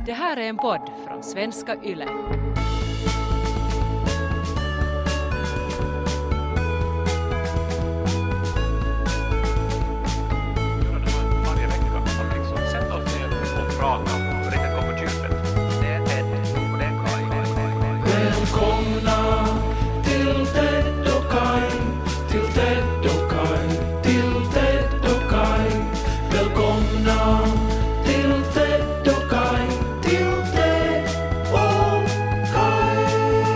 Det här är en podd från Svenska Yle. Varje vecka att liksom sätta oss ner och prata och lite komma på djupet. Det är Ted och det är Kai. Välkomna till Ted och Kai, till Ted och Kai, till Ted och Kai. Välkomna till Ted och Kai, till Ted och Kai.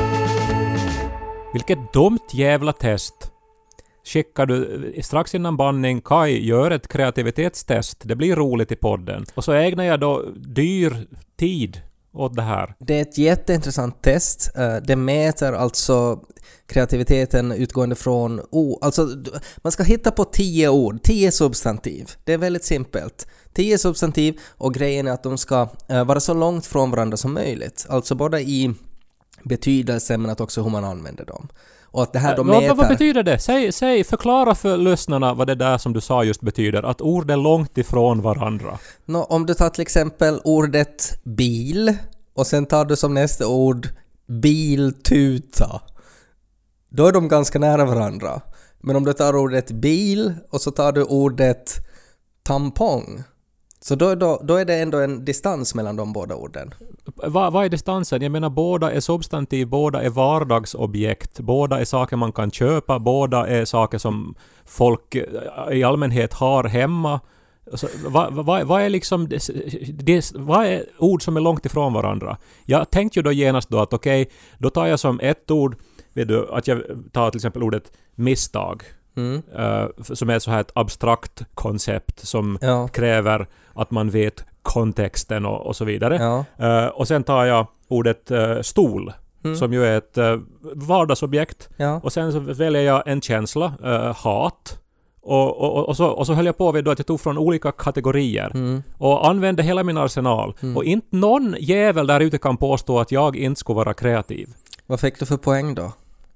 Vilket dumt jävla test. Skickar du strax innan bandning, Kai, gör ett kreativitetstest. Det blir roligt i podden. Och så ägnar jag då dyr tid åt det här. Det är ett jätteintressant test. Det mäter alltså kreativiteten utgående från alltså man ska hitta på 10 ord, 10 substantiv. Det är väldigt simpelt. 10 substantiv och grejen är att de ska vara så långt från varandra som möjligt. Alltså både i betydelse men att också hur man använder dem. Och att det här Vad betyder det? Säg, förklara för lyssnarna vad det där som du sa just betyder. Att ord är långt ifrån varandra. Om du tar till exempel ordet bil och sen tar du som nästa ord biltuta. Då är de ganska nära varandra. Men om du tar ordet bil och så tar du ordet tampong. Så då är det ändå en distans mellan de båda orden. Vad är distansen? Jag menar, båda är substantiv, båda är vardagsobjekt, båda är saker man kan köpa, båda är saker som folk i allmänhet har hemma. Alltså, vad är liksom vad är ord som är långt ifrån varandra? Jag tänkte ju då genast då att okej, då tar jag som ett ord, vet du, att jag tar till exempel ordet misstag. Som är så här ett abstrakt koncept som kräver att man vet kontexten och så vidare. Och sen tar jag ordet stol som ju är ett vardagsobjekt. Och sen så väljer jag en känsla, hat. Och så höll jag på vid då att jag tog från olika kategorier och använde hela min arsenal. Och inte någon jävel där ute kan påstå att jag inte skulle vara kreativ. Vad fick du för poäng då?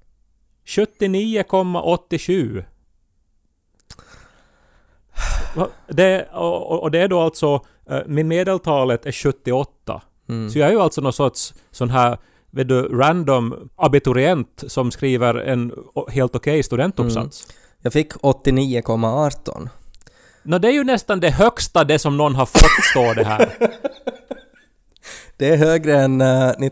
79,87. Det är då alltså min medeltalet är 78. Så jag är ju alltså någon sorts sån här random abiturient som skriver en helt okej studentuppsats. Jag fick 89,18. Det är ju nästan det högsta det som någon har fått stå det här. Det är högre än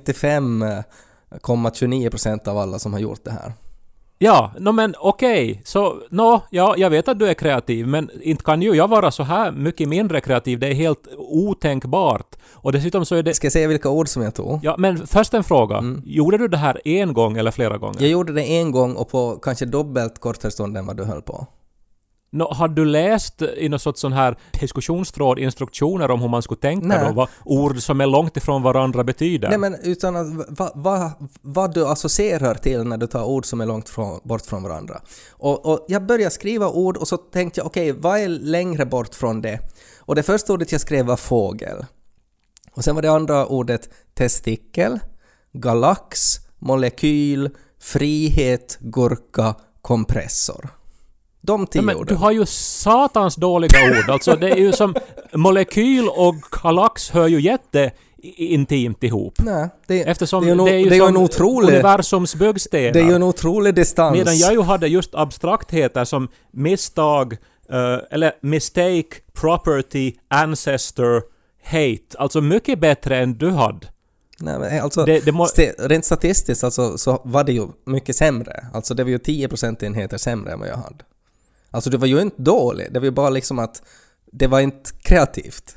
95,29% av alla som har gjort det här. Ja, men okej. Så, jag vet att du är kreativ, men inte kan ju jag vara så här mycket mindre kreativ. Det är helt otänkbart. Och dessutom så är det... Ska jag säga vilka ord som jag tog? Ja, men först en fråga. Gjorde du det här en gång eller flera gånger? Jag gjorde det en gång och på kanske dubbelt kortare stund än vad du höll på. Har du läst i något sorts sån här diskussionstråd instruktioner om hur man skulle tänka då? Vad ord som är långt ifrån varandra betyder? Nej, men utan att vad du associerar till när du tar ord som är långt bort från varandra. Och jag började skriva ord och så tänkte jag, okej, vad är längre bort från det? Och det första ordet jag skrev var fågel. Och sen var det andra ordet testikel, galax, molekyl, frihet, gurka, kompressor. Men du har ju satans dåliga ord. Alltså det är ju som molekyl och galax hör ju jätteintimt ihop. Nej, eftersom det är ju en otrolig universums byggstenar. Det är ju en otrolig distans. Medan jag ju hade just abstraktheter som misstag eller mistake, property, ancestor, hate. Alltså mycket bättre än du hade. Nej, men alltså, rent statistiskt alltså, så var det ju mycket sämre. Alltså det var ju 10% enheter sämre än vad jag hade. Alltså det var ju inte dåligt. Det var ju bara liksom att det var inte kreativt.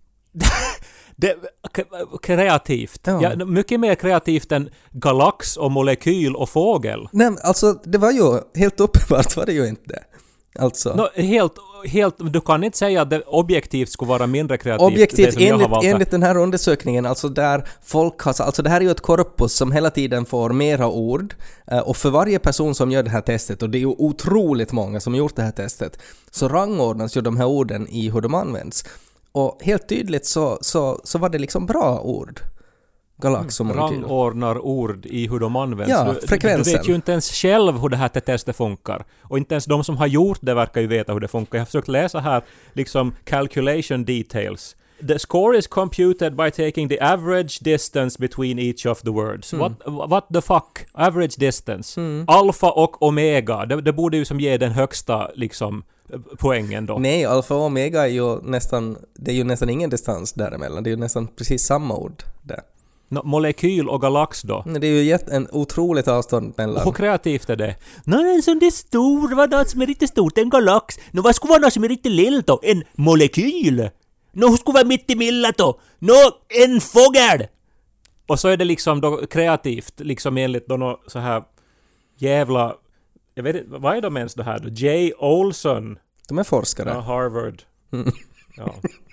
Kreativt? Ja, mycket mer kreativt än galax och molekyl och fågel. Nej, alltså det var ju helt uppenbart var det ju inte. Alltså. Helt, du kan inte säga att det objektivt skulle vara mindre kreativt. Objektivt enligt den här undersökningen, alltså där folk har, alltså det här är ju ett korpus som hela tiden får mera ord och för varje person som gör det här testet, och det är ju otroligt många som har gjort det här testet, så rangordnas ju de här orden i hur de används. Och helt tydligt så var det liksom bra ord. Galax och molekyl. Rangordnar ord i hur de används. Ja, frekvensen. Du vet ju inte ens själv hur det här testet funkar. Och inte ens de som har gjort det verkar ju veta hur det funkar. Jag har försökt läsa här liksom calculation details. The score is computed by taking the average distance between each of the words. What the fuck? Average distance. Alfa och omega. Det borde ju som ge den högsta liksom poängen då. Nej, alfa och omega är ju nästan ingen distans däremellan. Det är ju nästan precis samma ord där. Molekyl och galax då? Det är ju en otroligt avstånd mellan. Hur kreativt är det? En sån där stor, vad är det som är riktigt stort? En galax. Vad skulle vara något som är riktigt litet då? En molekyl. Hur skulle vara mitt i millat då? En fågel. Och så är det liksom då kreativt, liksom enligt då något så här jävla... Jag vet inte, vad är de ens det här då? J. Olson. De är forskare. Ja, Harvard. Ja.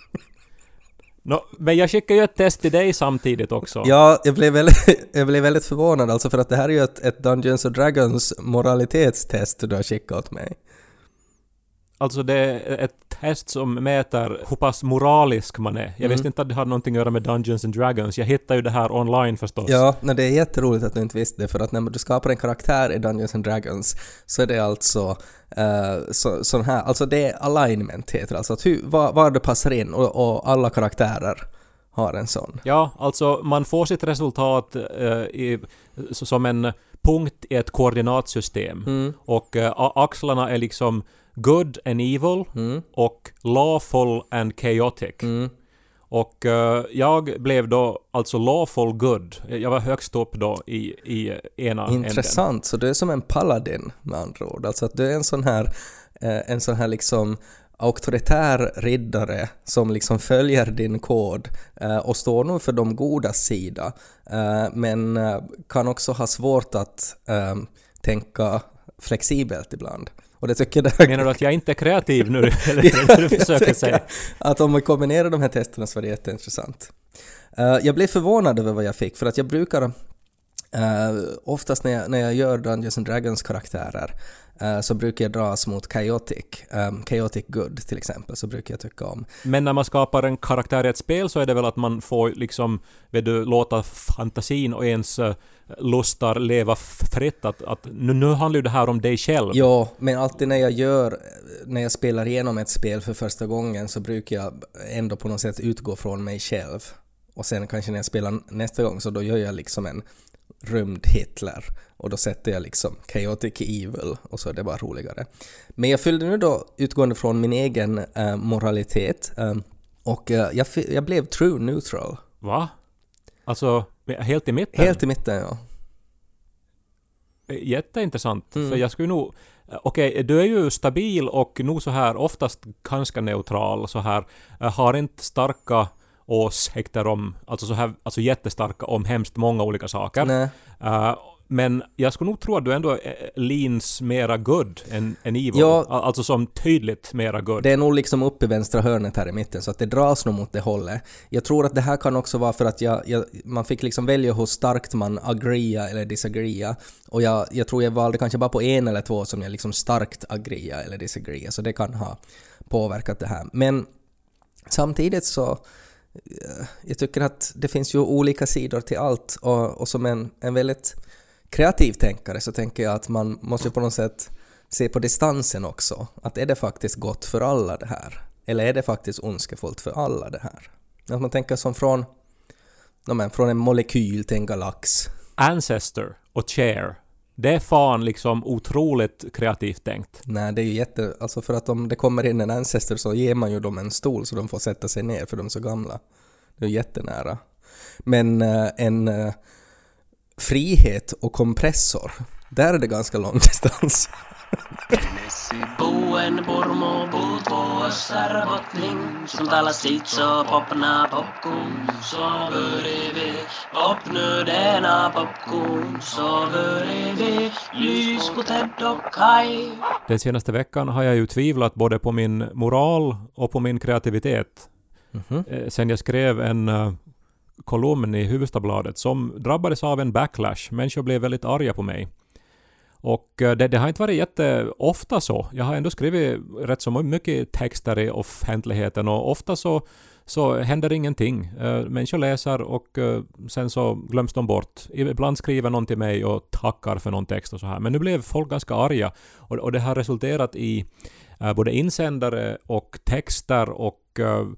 Men jag skickar ju ett test till dig samtidigt också. Ja, jag blev väldigt förvånad alltså, för att det här är ju ett Dungeons & Dragons moralitetstest du har skickat åt mig. Alltså det är ett test som mäter hur pass moralisk man är. Jag visste inte att det hade någonting att göra med Dungeons & Dragons. Jag hittade ju det här online förstås. Ja, det är jätteroligt att du inte visste det, för att när du skapar en karaktär i Dungeons & Dragons så är det alltså sån här, alltså det är alignment heter, alltså att var det passar in och alla karaktärer har en sån. Ja, alltså man får sitt resultat som en punkt i ett koordinatsystem. Och axlarna är liksom good and evil och lawful and chaotic. Och jag blev då alltså lawful good. Jag var högst upp då i ena Intressant, änden. så du är som en paladin med andra ord. Alltså att du är en sån här liksom auktoritär riddare som liksom följer din kod och står nog för de goda sida, men kan också ha svårt att tänka flexibelt ibland. Och det tycker jag... Menar du att jag inte är kreativ nu? Eller du försöker säga? Att om vi kombinerar de här testerna så var det jätteintressant. Jag blev förvånad över vad jag fick, för att jag brukar oftast när jag gör Dungeons & Dragons karaktärer så brukar jag dras mot chaotic good till exempel, så brukar jag tycka om. Men när man skapar en karaktär i ett spel så är det väl att man får liksom låta fantasin och ens lustar leva fritt, att nu handlar ju det här om dig själv. Ja, men alltid när jag spelar igenom ett spel för första gången så brukar jag ändå på något sätt utgå från mig själv, och sen kanske när jag spelar nästa gång så då gör jag liksom en rymd Hitler och då sätter jag liksom chaotic evil och så är det bara roligare. Men jag fyllde nu då utgående från min egen moralitet och jag blev true neutral. Va? Alltså helt i mitten? Helt i mitten, ja. Jätteintressant, för jag skulle nog... Okej, du är ju stabil och nog så här oftast ganska neutral så här, har inte starka åsikter om, alltså jättestarka om hemskt många olika saker. Men jag skulle nog tro att du ändå leans mera good än evil. Ja, alltså som tydligt mera good. Det är nog liksom upp i vänstra hörnet här i mitten, så att det dras nog mot det hållet. Jag tror att det här kan också vara för att man fick liksom välja hur starkt man agreea eller disagreea. Och jag tror jag valde kanske bara på en eller två som jag liksom starkt agreea eller disagreea. Så det kan ha påverkat det här. Men samtidigt så jag tycker att det finns ju olika sidor till allt, och som en väldigt kreativ tänkare så tänker jag att man måste på något sätt se på distansen också. Att är det faktiskt gott för alla det här? Eller är det faktiskt ondskefullt för alla det här? Att man tänker som från en molekyl till en galax. Ancestor och chair. Det är fan liksom otroligt kreativt tänkt. Nej, det är ju alltså för att om det kommer in en ancestor så ger man ju dem en stol så de får sätta sig ner för de är så gamla. Det är jättenära. Men en frihet och kompressor, där är det ganska lång distans. Buen burmo puutvo sarvotling som talar sitt så popna popcorn så börjar popnödena popcorn så börjar lys på Ted och Kai. Den senaste veckan har jag ju tvivlat både på min moral och på min kreativitet. Sen jag skrev en kolumn i Hufvudstadsbladet som drabbades av en backlash. Människor blev väldigt arga på mig. Och det har inte varit jätteofta så. Jag har ändå skrivit rätt så mycket texter i offentligheten och ofta så händer ingenting. Människor läser och sen så glöms de bort. Ibland skriver någon till mig och tackar för någon text och så här. Men nu blev folk ganska arga och det har resulterat i både insändare och texter och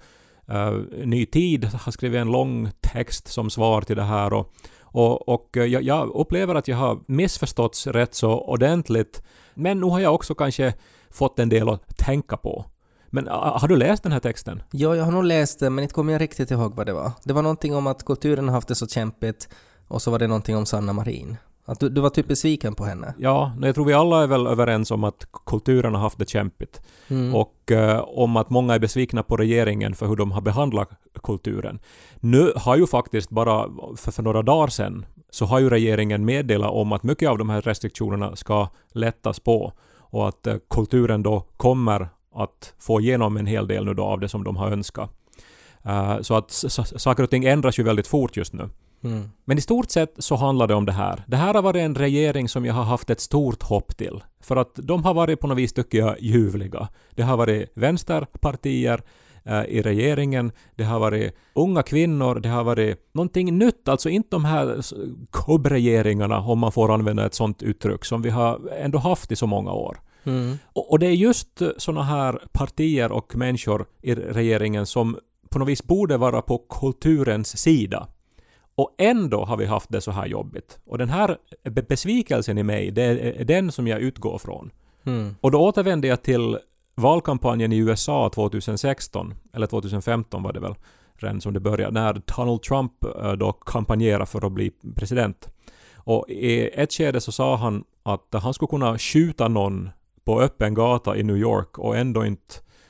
Ny Tid har skrivit en lång text som svar till det här och jag upplever att jag har missförståtts rätt så ordentligt, men nu har jag också kanske fått en del att tänka på. Men har du läst den här texten? Ja, jag har nog läst den, men inte kommer jag riktigt ihåg vad det var. Det var någonting om att kulturen har haft det så kämpigt, och så var det någonting om Sanna Marin. Att du var typ besviken på henne. Ja, jag tror vi alla är väl överens om att kulturen har haft det kämpigt. Och om att många är besvikna på regeringen för hur de har behandlat kulturen. Nu har ju faktiskt bara för några dagar sedan så har ju regeringen meddelat om att mycket av de här restriktionerna ska lättas på. Och att kulturen då kommer att få igenom en hel del nu då av det som de har önskat. Så att saker och ting ändras ju väldigt fort just nu. Men i stort sett så handlar det om det här. Det här har varit en regering som jag har haft ett stort hopp till. För att de har varit på något vis, tycker jag, ljuvliga. Det har varit vänsterpartier i regeringen. Det har varit unga kvinnor. Det har varit någonting nytt. Alltså inte de här kubbregeringarna, om man får använda ett sånt uttryck, som vi har ändå haft i så många år. Och det är just såna här partier och människor i regeringen som på något vis borde vara på kulturens sida. Och ändå har vi haft det så här jobbigt. Och den här besvikelsen i mig, det är den som jag utgår från. Och då återvänder jag till valkampanjen i USA 2016, eller 2015 var det väl redan som det började, när Donald Trump då kampanjerade för att bli president. Och i ett skede så sa han att han skulle kunna skjuta någon på öppen gata i New York och ändå inte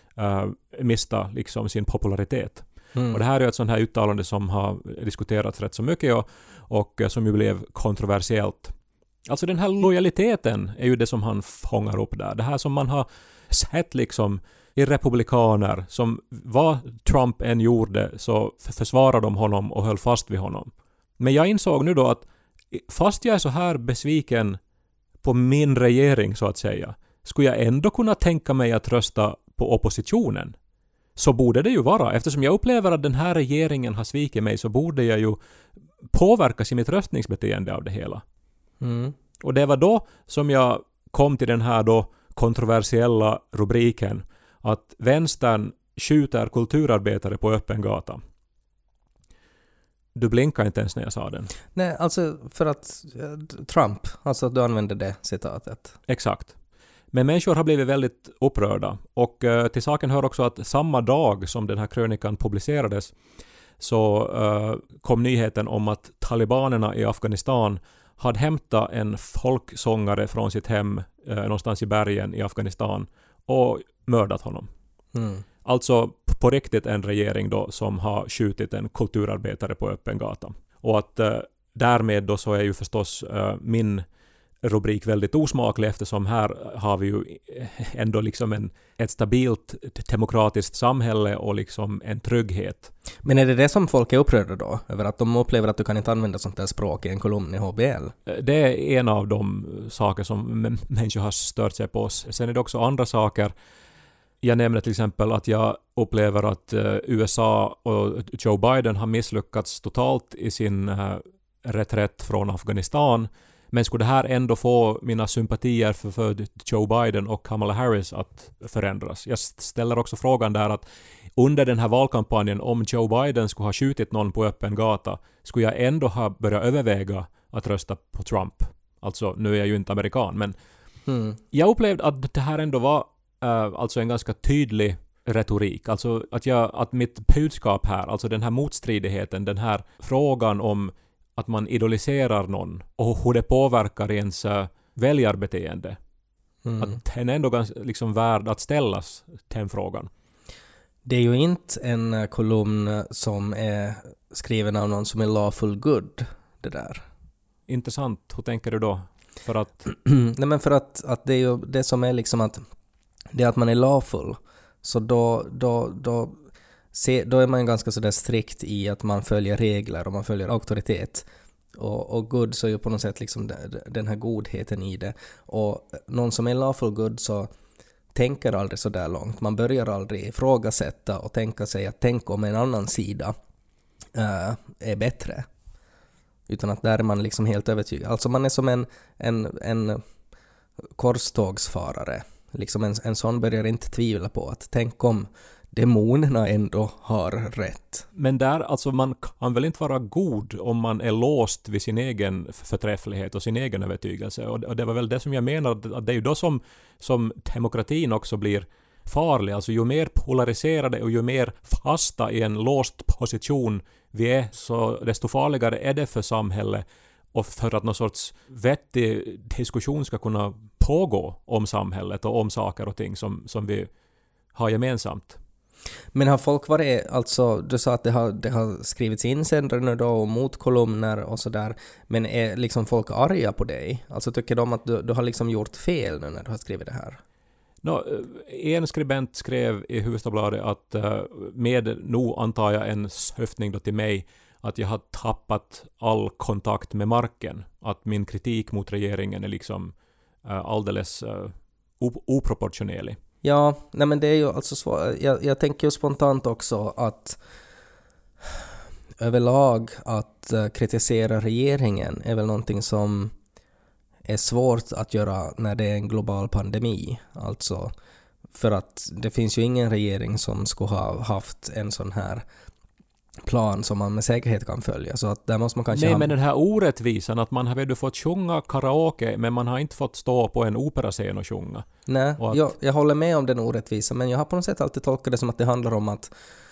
mista liksom sin popularitet. Och det här är ett sånt här uttalande som har diskuterats rätt så mycket och som ju blev kontroversiellt. Alltså den här lojaliteten är ju det som han fångar upp där. Det här som man har sett liksom i republikaner, som vad Trump än gjorde så försvarar de honom och höll fast vid honom. Men jag insåg nu då att fast jag är så här besviken på min regering så att säga, skulle jag ändå kunna tänka mig att rösta på oppositionen. Så borde det ju vara. Eftersom jag upplever att den här regeringen har svikit mig, så borde jag ju påverkas i mitt röstningsbeteende av det hela. Och det var då som jag kom till den här då kontroversiella rubriken att vänstern skjuter kulturarbetare på öppen gata. Du blinkar inte ens när jag sa den. Nej, alltså för att Trump, alltså att du använde det citatet. Exakt. Men människor har blivit väldigt upprörda. Och till saken hör också att samma dag som den här krönikan publicerades så kom nyheten om att talibanerna i Afghanistan hade hämtat en folksångare från sitt hem någonstans i bergen i Afghanistan och mördat honom. Alltså på riktigt en regering då som har skjutit en kulturarbetare på öppen gata. Och att därmed då så är ju förstås min rubrik väldigt osmaklig, eftersom här har vi ju ändå liksom ett stabilt demokratiskt samhälle och liksom en trygghet. Men är det som folk är upprörda då? Över att de upplever att du kan inte använda sånt där språk i en kolumn i HBL? Det är en av de saker som människor har stört sig på oss. Sen är det också andra saker. Jag nämner till exempel att jag upplever att USA och Joe Biden har misslyckats totalt i sin reträtt från Afghanistan. Men skulle det här ändå få mina sympatier för Joe Biden och Kamala Harris att förändras? Jag ställer också frågan där att under den här valkampanjen, om Joe Biden skulle ha skjutit någon på öppen gata, skulle jag ändå ha börjat överväga att rösta på Trump. Alltså, nu är jag ju inte amerikan, men jag upplevde att det här ändå var alltså en ganska tydlig retorik. Alltså att mitt budskap här, alltså den här motstridigheten, den här frågan om att man idoliserar någon och hur det påverkar ens väljarbeteende. Att den är ändå ganska liksom värd att ställas till den frågan. Det är ju inte en kolumn som är skriven av någon som är lawful good, det där. Intressant. Hur tänker du då? För att nej, men för att det är ju det som är liksom att det är att man är lawful. Så då är man ganska sådär strikt i att man följer regler och man följer auktoritet. Och good så är ju på något sätt liksom den här godheten i det. Och någon som är lawful good så tänker aldrig så där långt. Man börjar aldrig ifrågasätta och tänka sig att tänk om en annan sida är bättre. Utan att där är man liksom helt övertygad. Alltså man är som en korstågsfarare. Liksom en sån börjar inte tvivla på att tänk om demonerna ändå har rätt. Men där, alltså man kan väl inte vara god om man är låst vid sin egen förträfflighet och sin egen övertygelse. Och det var väl det som jag menar, att det är ju då som demokratin också blir farlig. Alltså ju mer polariserade och ju mer fasta i en låst position vi är, så desto farligare är det för samhället och för att någon sorts vettig diskussion ska kunna pågå om samhället och om saker och ting som vi har gemensamt. Men har folk varit, alltså du sa att det har skrivits insändare nu då och motkolumner och sådär, men är liksom folk arga på dig? Alltså tycker de att du har liksom gjort fel nu när du har skrivit det här? En skribent skrev i Hufvudstadsbladet att med nog antar jag en höftning då till mig att jag har tappat all kontakt med marken. Att min kritik mot regeringen är liksom alldeles oproportionerlig. Ja, nej men det är ju alltså svårt. Jag tänker ju spontant också att överlag att kritisera regeringen är väl någonting som är svårt att göra när det är en global pandemi. Alltså för att det finns ju ingen regering som skulle ha haft en sån här plan som man med säkerhet kan följa. Så att där måste man kanske... Nej, men den här orättvisan att man har väl fått sjunga karaoke men man har inte fått stå på en operascen och sjunga. Nej, och att... jag håller med om den orättvisan, men jag har på något sätt alltid tolkat det som att det handlar om att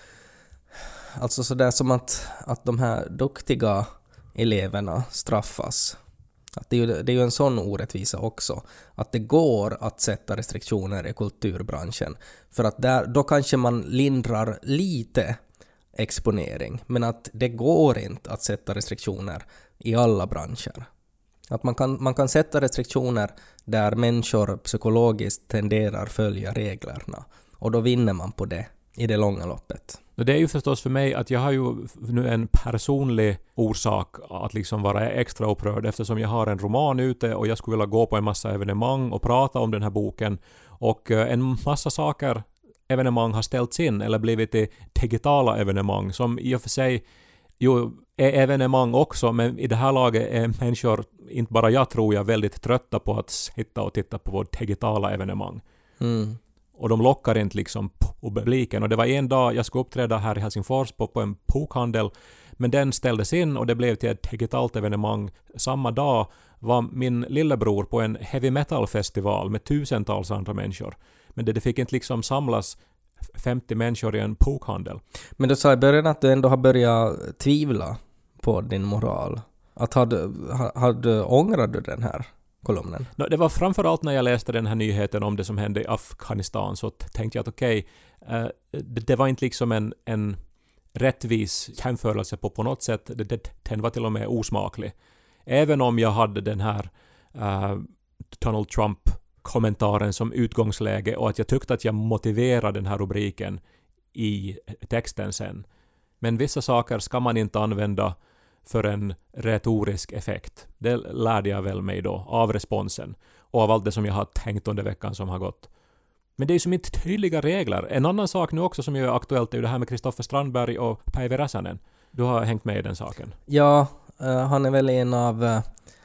alltså sådär som att de här duktiga eleverna straffas. Att det är ju en sån orättvisa också. Att det går att sätta restriktioner i kulturbranschen. För att då kanske man lindrar lite exponering. Men att det går inte att sätta restriktioner i alla branscher. Att man kan sätta restriktioner där människor psykologiskt tenderar följa reglerna. Och då vinner man på det i det långa loppet. Det är ju förstås för mig att jag har ju nu en personlig orsak att liksom vara extra upprörd eftersom jag har en roman ute och jag skulle vilja gå på en massa evenemang och prata om den här boken och en massa evenemang har ställts in eller blivit i digitala evenemang som i och för sig ju är evenemang också, men i det här laget är människor, inte bara jag tror jag, väldigt trötta på att sitta och titta på vårt digitala evenemang. Mm. Och de lockar inte liksom på publiken. Och det var en dag jag skulle uppträda här i Helsingfors på en bokhandel. Men den ställdes in och det blev till ett digitalt evenemang. Samma dag var min lillebror på en heavy metal festival med tusentals andra människor. Men det fick inte liksom samlas 50 människor i en bokhandel. Men du sa i början att du ändå har börjat tvivla på din moral. Att ångrar du den här kolumnen? Det var framförallt när jag läste den här nyheten om det som hände i Afghanistan så tänkte jag att okej, det var inte liksom en rättvis jämförelse på något sätt. Den var till och med osmaklig. Även om jag hade den här Donald Trump-kommentaren som utgångsläge och att jag tyckte att jag motiverade den här rubriken i texten sen. Men vissa saker ska man inte använda för en retorisk effekt. Det lärde jag väl mig då av responsen och av allt det som jag har tänkt under veckan som har gått. Men det är ju som inte tydliga regler. En annan sak nu också som ju är aktuellt är ju det här med Kristoffer Strandberg och Päivi Räsänen. Du har hängt med i den saken. Ja, han är väl en av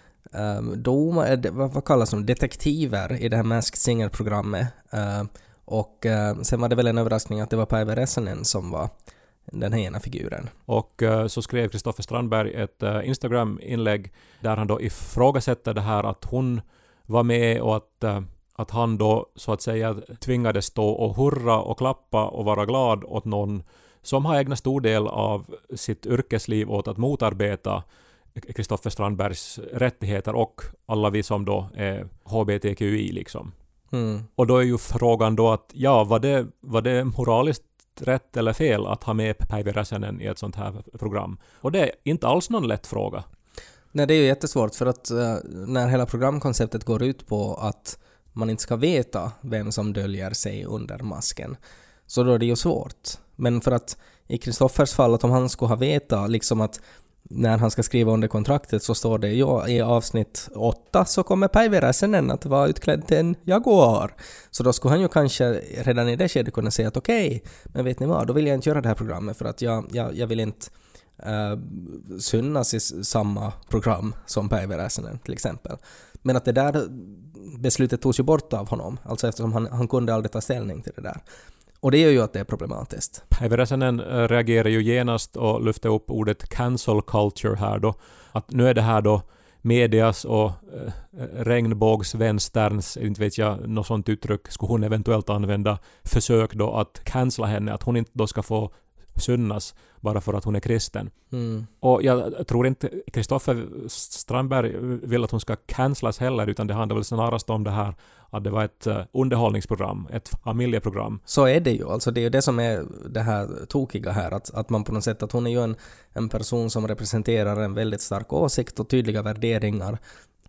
vad kallas de? Detektiver i det här Masked Singer-programmet. Och sen var det väl en överraskning att det var Päivi Räsänen som var den här ena figuren. Och så skrev Kristoffer Strandberg ett Instagram-inlägg där han då ifrågasätter det här att hon var med och att han då så att säga tvingades stå och hurra och klappa och vara glad åt någon som har ägnat stor del av sitt yrkesliv åt att motarbeta Kristoffer Strandbergs rättigheter och alla vi som då är HBTQI liksom. Mm. Och då är ju frågan då att ja, var det moraliskt rätt eller fel att ha med Päivi Räsänen i ett sånt här program? Och det är inte alls någon lätt fråga. Nej, det är ju jättesvårt för att när hela programkonceptet går ut på att man inte ska veta vem som döljer sig under masken, så då är det ju svårt. Men för att i Kristoffers fall, att om han skulle ha veta liksom att när han ska skriva under kontraktet så står det i avsnitt 8 så kommer Päivi Räsänen att vara utklädd till en jaguar. Så då skulle han ju kanske redan i det skedet kunna säga att okej, men vet ni vad, då vill jag inte göra det här programmet för att jag vill inte synas i samma program som Päivi Räsänen till exempel. Men att det där beslutet togs ju bort av honom, alltså eftersom han kunde aldrig ta ställning till det där. Och det gör ju att det är problematiskt. Päivi Räsänen reagerar ju genast och lyfter upp ordet cancel culture här då. Att nu är det här då medias och regnbågsvänsterns, inte vet jag, något sånt uttryck skulle hon eventuellt använda, försök då att cancella henne, att hon inte då ska få synnas bara för att hon är kristen. Och jag tror inte Kristoffer Strandberg vill att hon ska cancelas heller, utan det handlar väl snarast om det här att det var ett underhållningsprogram, ett familjeprogram. Så är det ju. Alltså det är ju det som är det här tokiga här, att man på något sätt, att hon är ju en person som representerar en väldigt stark åsikt och tydliga värderingar.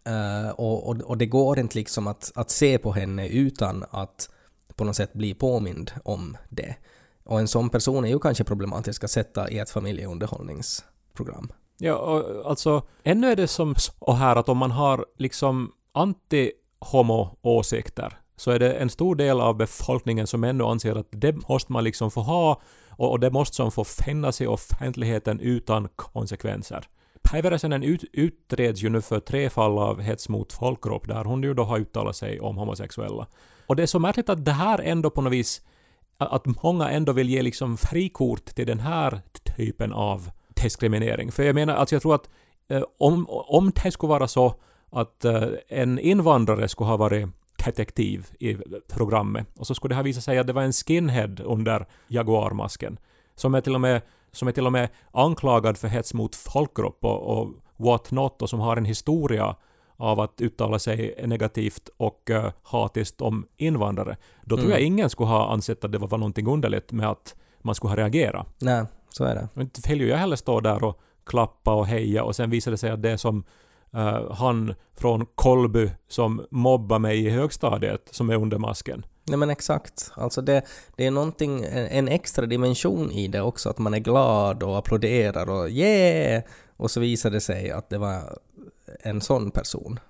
Och det går inte liksom att se på henne utan att på något sätt bli påmind om det. Och en sån person är ju kanske problematisk att sätta i ett familjeunderhållningsprogram. Ja, och alltså ännu är det som så här att om man har liksom anti-homo-åsikter så är det en stor del av befolkningen som ännu anser att det måste man liksom få ha och det måste som få finnas i offentligheten utan konsekvenser. Päivi Räsänen utreds ju nu för 3 fall av hets mot folkgrupp där hon ju då har uttalat sig om homosexuella. Och det är så märkligt att det här ändå på något vis, att många ändå vill ge liksom frikort till den här typen av diskriminering. För jag menar, alltså jag tror att om det skulle vara så att en invandrare skulle ha varit detektiv i programmet och så skulle det ha visat sig att det var en skinhead under jaguarmasken som är till och med anklagad för hets mot folkgrupp och what not, och som har en historia av att uttala sig negativt och hatiskt om invandrare. Då tror jag ingen skulle ha ansett att det var någonting underligt med att man skulle ha reagerat. Nej, så är det. Inte fel ju jag heller stå där och klappa och heja och sen visade det sig att det är som han från Kolby som mobbar mig i högstadiet som är under masken. Nej men exakt. Alltså det är någonting, en extra dimension i det också, att man är glad och applåderar och yeah! Och så visade det sig att det var en sån person.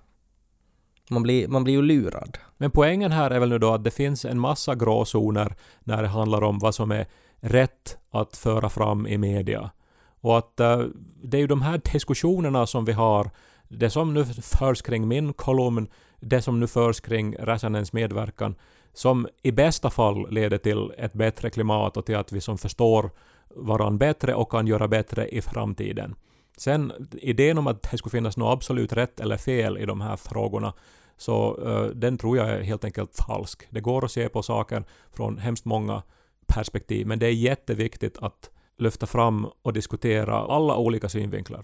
Man blir ju lurad. Men poängen här är väl nu då att det finns en massa gråzoner när det handlar om vad som är rätt att föra fram i media. Och att det är ju de här diskussionerna som vi har, det som nu förs kring min kolumn, det som nu förs kring Räsänens medverkan, som i bästa fall leder till ett bättre klimat och till att vi som förstår varann bättre och kan göra bättre i framtiden. Sen idén om att det skulle finnas något absolut rätt eller fel i de här frågorna, så den tror jag är helt enkelt falsk. Det går att se på saker från hemskt många perspektiv, men det är jätteviktigt att lyfta fram och diskutera alla olika synvinklar.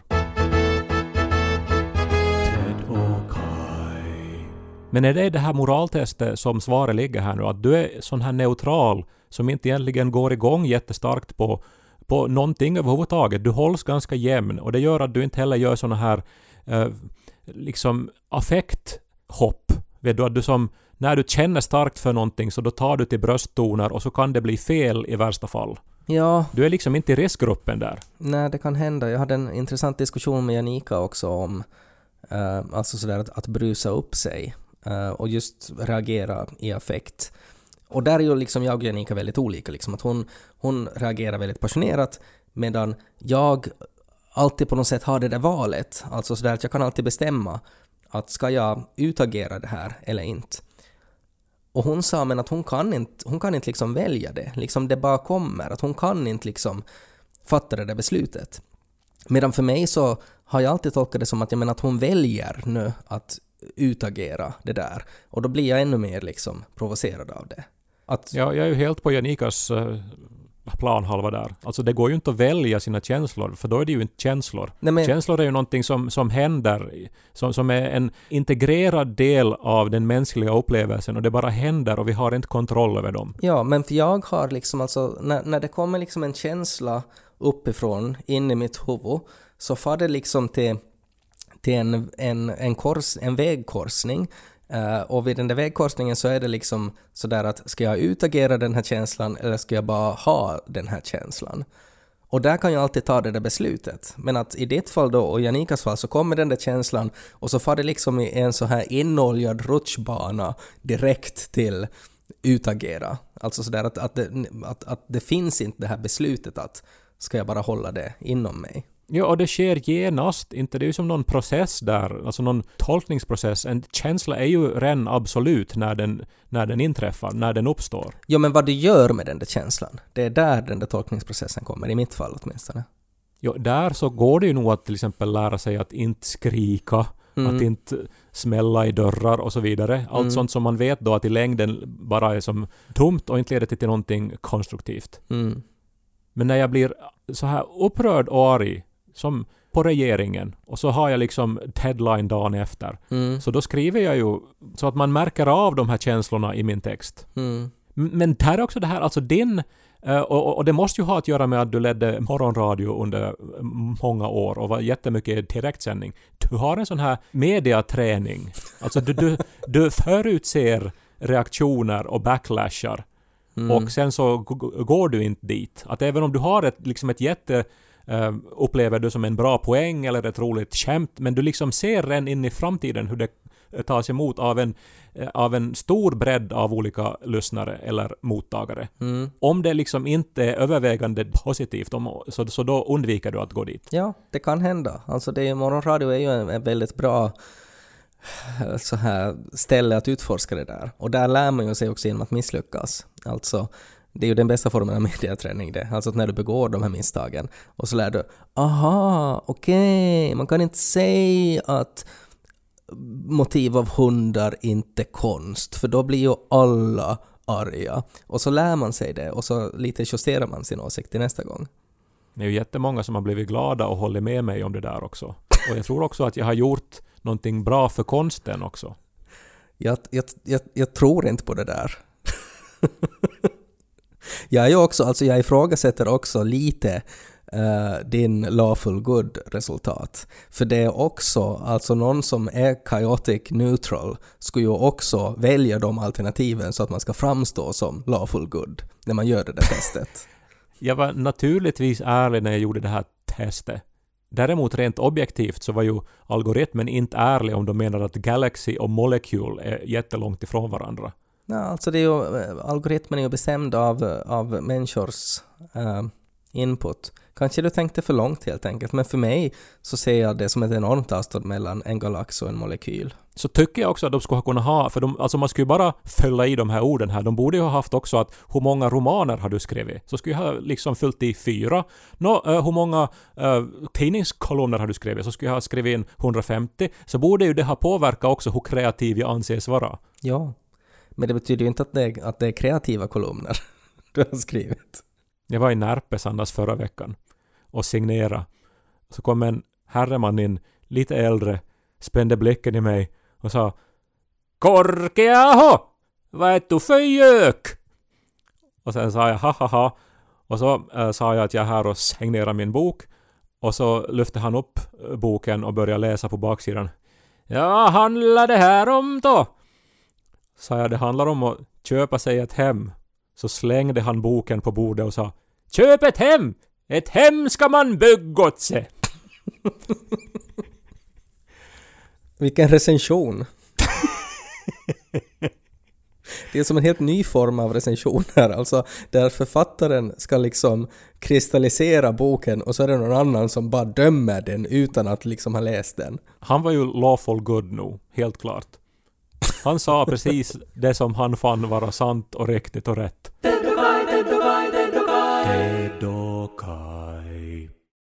Men är det här moraltestet som svaret ligger här nu, att du är sån här neutral som inte egentligen går igång jättestarkt på någonting överhuvudtaget. Du hålls ganska jämn och det gör att du inte heller gör såna här liksom affekthopp. Vet du, att du som, när du känner starkt för någonting så då tar du till brösttoner och så kan det bli fel i värsta fall. Ja. Du är liksom inte i riskgruppen där. Nej, det kan hända. Jag hade en intressant diskussion med Janika också om alltså sådär att brusa upp sig och just reagera i affekt. Och där är ju liksom jag och Janika väldigt olika. Liksom, att hon reagerar väldigt passionerat medan jag alltid på något sätt har det där valet. Alltså sådär att jag kan alltid bestämma att ska jag utagera det här eller inte. Och hon sa men att hon kan inte liksom välja det. Liksom det bara kommer. Att hon kan inte liksom fatta det där beslutet. Medan för mig så har jag alltid tolkat det som att, att hon väljer nu att utagera det där. Och då blir jag ännu mer liksom provocerad av det. Ja, jag är ju helt på Janikas planhalva där. Alltså det går ju inte att välja sina känslor, för då är det ju inte känslor. Nej, känslor är ju någonting som händer, som är en integrerad del av den mänskliga upplevelsen och det bara händer och vi har inte kontroll över dem. Ja, men för jag har liksom alltså, när det kommer liksom en känsla uppifrån in i mitt huvud så får det liksom till en vägkorsning. Och vid den där vägkorsningen så är det liksom sådär att ska jag utagera den här känslan eller ska jag bara ha den här känslan? Och där kan jag alltid ta det där beslutet. Men att i ditt fall då och Janikas fall så kommer den där känslan och så får det liksom i en så här inoljad rutschbana direkt till utagera. Alltså sådär att det finns inte det här beslutet att ska jag bara hålla det inom mig. Ja, och det sker genast. Inte det är ju som någon process där, alltså någon tolkningsprocess. En känsla är ju redan absolut när den inträffar, när den uppstår. Ja, men vad du gör med den där känslan, det är där den där tolkningsprocessen kommer, i mitt fall åtminstone. Ja, där så går det ju nog att till exempel lära sig att inte skrika, att inte smälla i dörrar och så vidare. Allt sånt som man vet då att i längden bara är som tomt och inte leder till någonting konstruktivt. Men när jag blir så här upprörd och arg som på regeringen och så har jag liksom deadline dagen efter. Så då skriver jag ju så att man märker av de här känslorna i min text. Men där är också det här, alltså din och det måste ju ha att göra med att du ledde morgonradio under många år och var jättemycket direktsändning. Du har en sån här mediaträning. Alltså du förutser reaktioner och backlashar. Och sen så går du inte dit. Att även om du har ett jätte upplever du som en bra poäng eller ett roligt skämt, men du liksom ser redan in i framtiden hur det tas emot av en stor bredd av olika lyssnare eller mottagare. Om det liksom inte är övervägande positivt, så då undviker du att gå dit. Ja, det kan hända. Alltså morgonradio är ju en väldigt bra så här ställe att utforska det där. Och där lär man ju sig också genom att misslyckas. Alltså, det är ju den bästa formen av mediaträning det. Alltså att när du begår de här misstagen och så lär du, okej, man kan inte säga att motiv av hundar inte konst, för då blir ju alla arga. Och så lär man sig det och så lite justerar man sin åsikt till nästa gång. Det är ju jättemånga som har blivit glada och håller med mig om det där också. Och jag tror också att jag har gjort någonting bra för konsten också. Jag tror inte på det där. Jag ifrågasätter också lite din lawful good resultat. För det är också, alltså någon som är chaotic neutral skulle ju också välja de alternativen så att man ska framstå som lawful good när man gör det där testet. Jag var naturligtvis ärlig när jag gjorde det här testet. Däremot rent objektivt så var ju algoritmen inte ärlig om de menar att Galaxy och Molecule är jättelångt ifrån varandra. Ja, alltså algoritmen är ju bestämd av människors input. Kanske du tänkte för långt helt enkelt, men för mig så ser jag det som ett enormt avstånd mellan en galax och en molekyl. Så tycker jag också att de skulle kunna ha, för alltså man skulle ju bara fylla i de här orden här. De borde ju ha haft också att hur många romaner har du skrivit? Så skulle jag ha liksom fyllt i 4. Hur många tidningskolumner har du skrivit? Så skulle jag ha skrivit in 150. Så borde ju det ha påverkat också hur kreativ jag anses vara. Ja, men det betyder ju inte att det är kreativa kolumner du har skrivit. Jag var i Närpesandas förra veckan och signera. Så kom en herreman in, lite äldre, spände blicken i mig och sa: "Korkeaho! Vad är du för gök?" Och sen sa jag ha. Och så sa jag att jag är här och signerar min bok. Och så lyfte han upp boken och började läsa på baksidan. "Ja, handlar det här om då?" Sa jag, "Det handlar om att köpa sig ett hem." Så slängde han boken på bordet och sa: "Köp ett hem! Ett hem ska man bygga åt sig." Vilken recension. Det är som en helt ny form av recension här. Alltså där författaren ska liksom kristallisera boken och så är det någon annan som bara dömer den utan att liksom ha läst den. Han var ju lawful good nu, helt klart. Han sa precis det som han fann vara sant och riktigt och rätt. Ted Dokai,